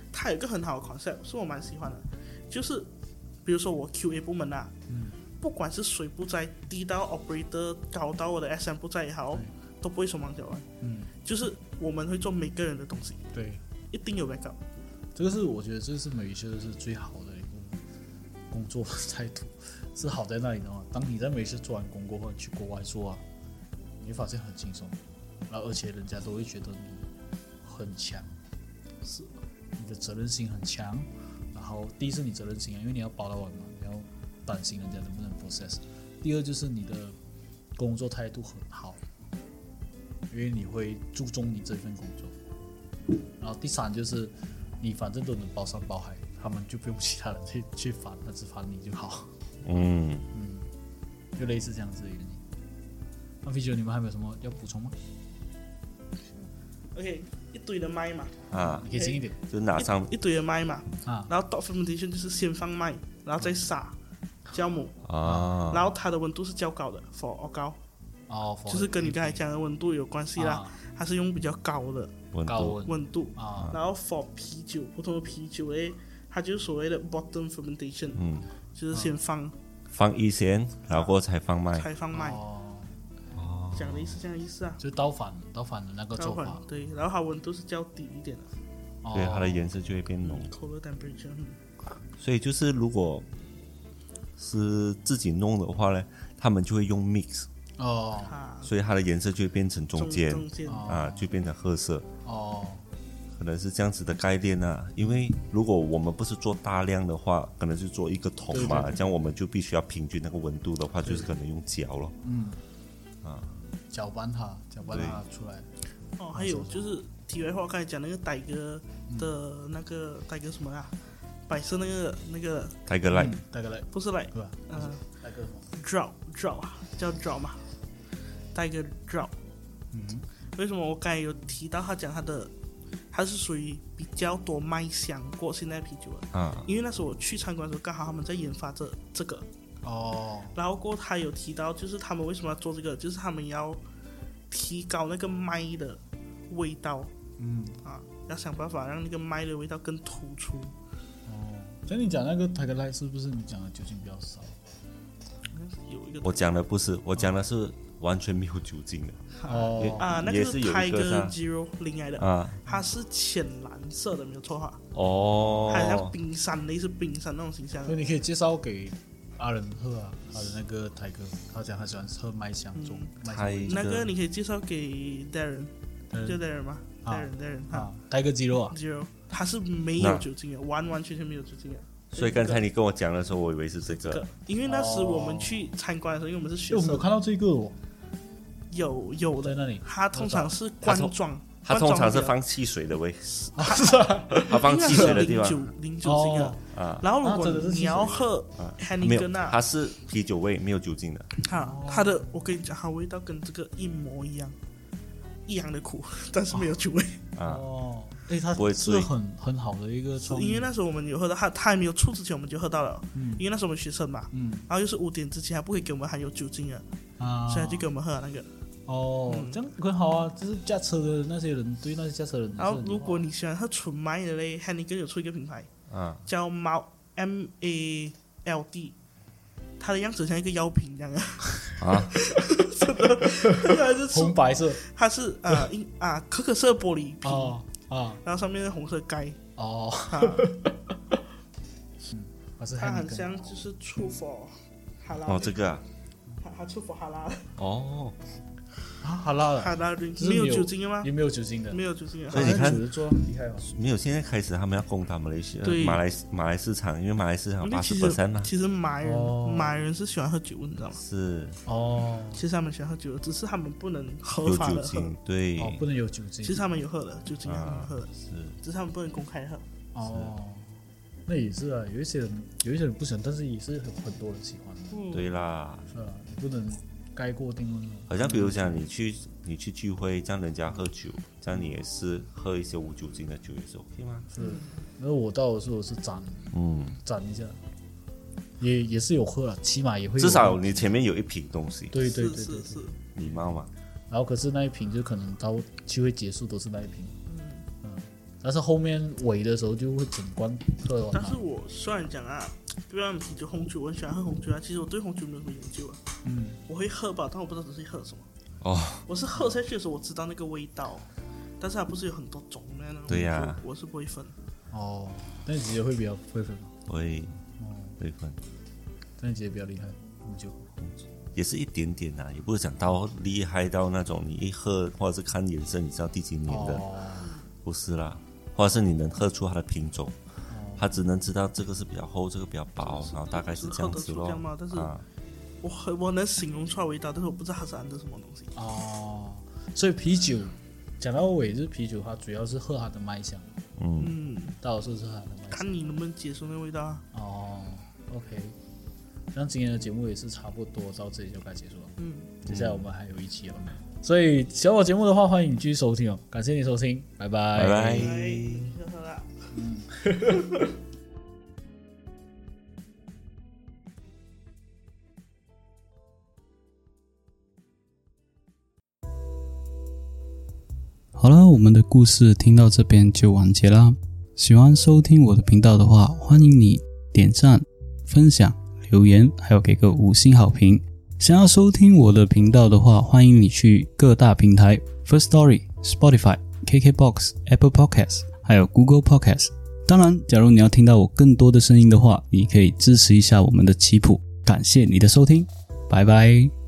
它有一个很好的 concept， 是我蛮喜欢的，就是比如说我 Q A 部门啊，嗯，不管是谁不在，低到 operator， 高到我的 S M 不在也好，都不会手忙脚乱。嗯，就是我们会做每个人的东西， 对， 一定有 backup。 这个是我觉得这是美式是最好的一个工作态度，是好在那里的话，当你在美式做完工过后，去国外做啊，你会发现很轻松，然后而且人家都会觉得你很强，是你的责任心很强。然后第一是你责任心啊，因为你要包到完嘛，你要担心人家能不能 process。第二就是你的工作态度很好，因为你会注重你这份工作。然后第三就是你反正都能包山包海，他们就不用其他人去去烦，他只烦你就好。 嗯嗯，就类似这样子的原因。那啤酒你们还有什么要补充吗 ？OK， 一堆的麦嘛， 啊， 你可以轻一点， 就拿上一, 一堆的麦嘛， 啊， 然后 top fermentation 就是先放麦，然后再撒酵母啊， 然后它的温度是较高的 for 熬高， 哦， 就是跟你刚才讲的温度有关系啦，啊、它是用比较高的温度温度啊， 然后 for 啤酒，普通的啤酒诶，它就是所谓的 bottom fermentation， 嗯，就是先放、啊、 放一先，然后才放麦， 才放麦。 哦讲的意思这样的意思啊， 就是倒反倒反的那个做法， 对，然后它温度是较低一点的， 哦、对，它的颜色就会变浓。 color temperature，、嗯、 所以就是如果是自己弄的话呢，他们就会用 mix， 哦， 所以它的颜色就会变成中间， 中间啊，就变成褐色， 哦， 可能是这样子的概念啊。因为如果我们不是做大量的话，可能是做一个桶嘛，对对对，这样我们就必须要平均那个温度的话，就是可能用搅了， 嗯，啊。搅拌它，搅拌它出来。 哦，还有就是题外话，刚才讲那个傣哥的那个傣哥什么啊？白色那个那个。 傣哥来， 傣哥来， 不是来， 对吧？ 嗯， 傣哥 draw draw 啊，叫 draw 嘛，傣哥 draw。嗯。为什么我刚才有提到他讲他的，他是属于比较多麦香过现在啤酒的啊？因为那时候我去参观的时候，刚好他们在研发这这个。 哦， 然后过后他有提到，就是他们为什么要做这个，就是他们要提高那个麦的味道，嗯啊，要想办法让那个麦的味道更突出。 哦，像你讲那个泰格莱是不是你讲的酒精比较少？ 有一个， 我讲的不是，我讲的是完全没有酒精的。 哦啊，那个是泰格 Zero 零来的啊，它是浅蓝色的，没有错哈。 哦， 它像冰山，类似冰山那种形象。 所以你可以介绍给阿仁喝啊，他的那个泰哥，他讲他喜欢喝麦香中， 嗯、麦香那个你可以介绍给 Darren， 就 Darren 吗 ？Darren Darren 啊，泰哥鸡肉啊 ，Zero， 它是没有酒精的，完完全全没有酒精的。 所以刚才你跟我讲的时候，我以为是这个， 因为那时我们去参观的时候，因为我们是学生， 我们有看到这个哦， 有有在那里， 它通常是罐装。 它通常是放汽水的味，是啊，它放汽水的地方， 零酒精的啊。然后如果你要喝 Heineken 啊， 它是啤酒味，没有酒精的。 哈，它的我跟你讲，它味道跟这个一模一样，一样的苦，但是没有酒味啊。哦，哎，它是很很好的一个创意。 因为那时候我们有喝到，它它还没有出之前我们就喝到了，嗯，因为那时候我们学生嘛，嗯，然后又是五点之前还不会给我们含有酒精的啊，所以就给我们喝那个。 哦，嗯、这样很好啊！就是驾车的那些人，对那些驾车人。 然后，如果你喜欢喝纯麦的嘞 ，Heineken 有出一个品牌，啊，叫 M A L D， 它的样子像一个药瓶一样啊。啊，真的，它是红白色， 它是啊啊可可色玻璃瓶啊啊， 然后上面是红色盖哦。啊、 嗯，它很像就是出佛哈拉。 哦，这个啊， 它它出佛哈拉。 哦。 啊，哈拉的， 哈拉的没有酒精的吗？ 也没有酒精的， 没有酒精的。 所以你看， 厉害哦！ 没有，现在开始他们要攻打马来西亚、马来马来市场，因为马来市场八十 percent 嘛。 其实马来人、哦、马来人是喜欢喝酒，你知道吗？ 是哦， 其实他们喜欢喝酒，只是他们不能合法的喝。 有酒精，对、 哦，不能有酒精。 其实他们有喝的，酒精他们喝的， 啊、是， 只是他们不能公开喝。 哦，那也是啊，有一些人有一些人不喜欢，但是也是很很多人喜欢的。 嗯、对啦， 是啊，你不能盖过定论。 好像比如讲你去。你去聚会，这样人家喝酒，这样你也是喝一些无酒精的酒也是 OK 吗？ 是，然后我到的时候是沾，嗯，沾一下，也也是有喝了，起码也会有。 至少你前面有一瓶东西。 对对对对对， 礼貌嘛。 然后可是那一瓶就可能到聚会结束都是那一瓶，嗯嗯， 但是后面尾的时候就会整罐喝完。 但是我虽然讲啊，不要啤酒红酒，我很喜欢喝红酒啊，其实我对红酒没有什么研究啊。嗯，我会喝吧，但我不知道自己喝什么。哦，我是喝下去的时候我知道那个味道，但是它不是有很多种那种。 对呀、啊， 我是不会分。 哦，但你姐姐会比较会分吗？ 会，哦，会分。 但你姐姐比较厉害，红酒。 也是一点点啊，也不是讲到厉害到那种你一喝或者是看颜色你知道第几年的，哦、不是啦，或者是你能喝出它的品种，哦、他只能知道这个是比较厚，这个比较薄，然后大概是这样子咯。 但是我我能形容出来味道，但是我不知道它是按的什么东西。 哦，所以啤酒讲到尾就是啤酒，它主要是喝它的麦香。 嗯， 大多数是喝它的麦香。 看你能不能接受那味道啊。 哦 ，OK。像今天的节目也是差不多到这里就该结束了。嗯，接下来我们还有一期哦。所以喜欢我节目的话，欢迎你继续收听哦。感谢你收听，拜拜， 拜拜。 嗯。 好了，我们的故事听到这边就完结啦。喜欢收听我的频道的话，欢迎你点赞、分享。留言还有给个五星好评。想要收听我的频道的话，欢迎你去各大平台 First Story、Spotify、K K Box、Apple Podcasts 还有 Google Podcasts。当然，假如你要听到我更多的声音的话，你可以支持一下我们的棋谱。感谢你的收听，拜拜。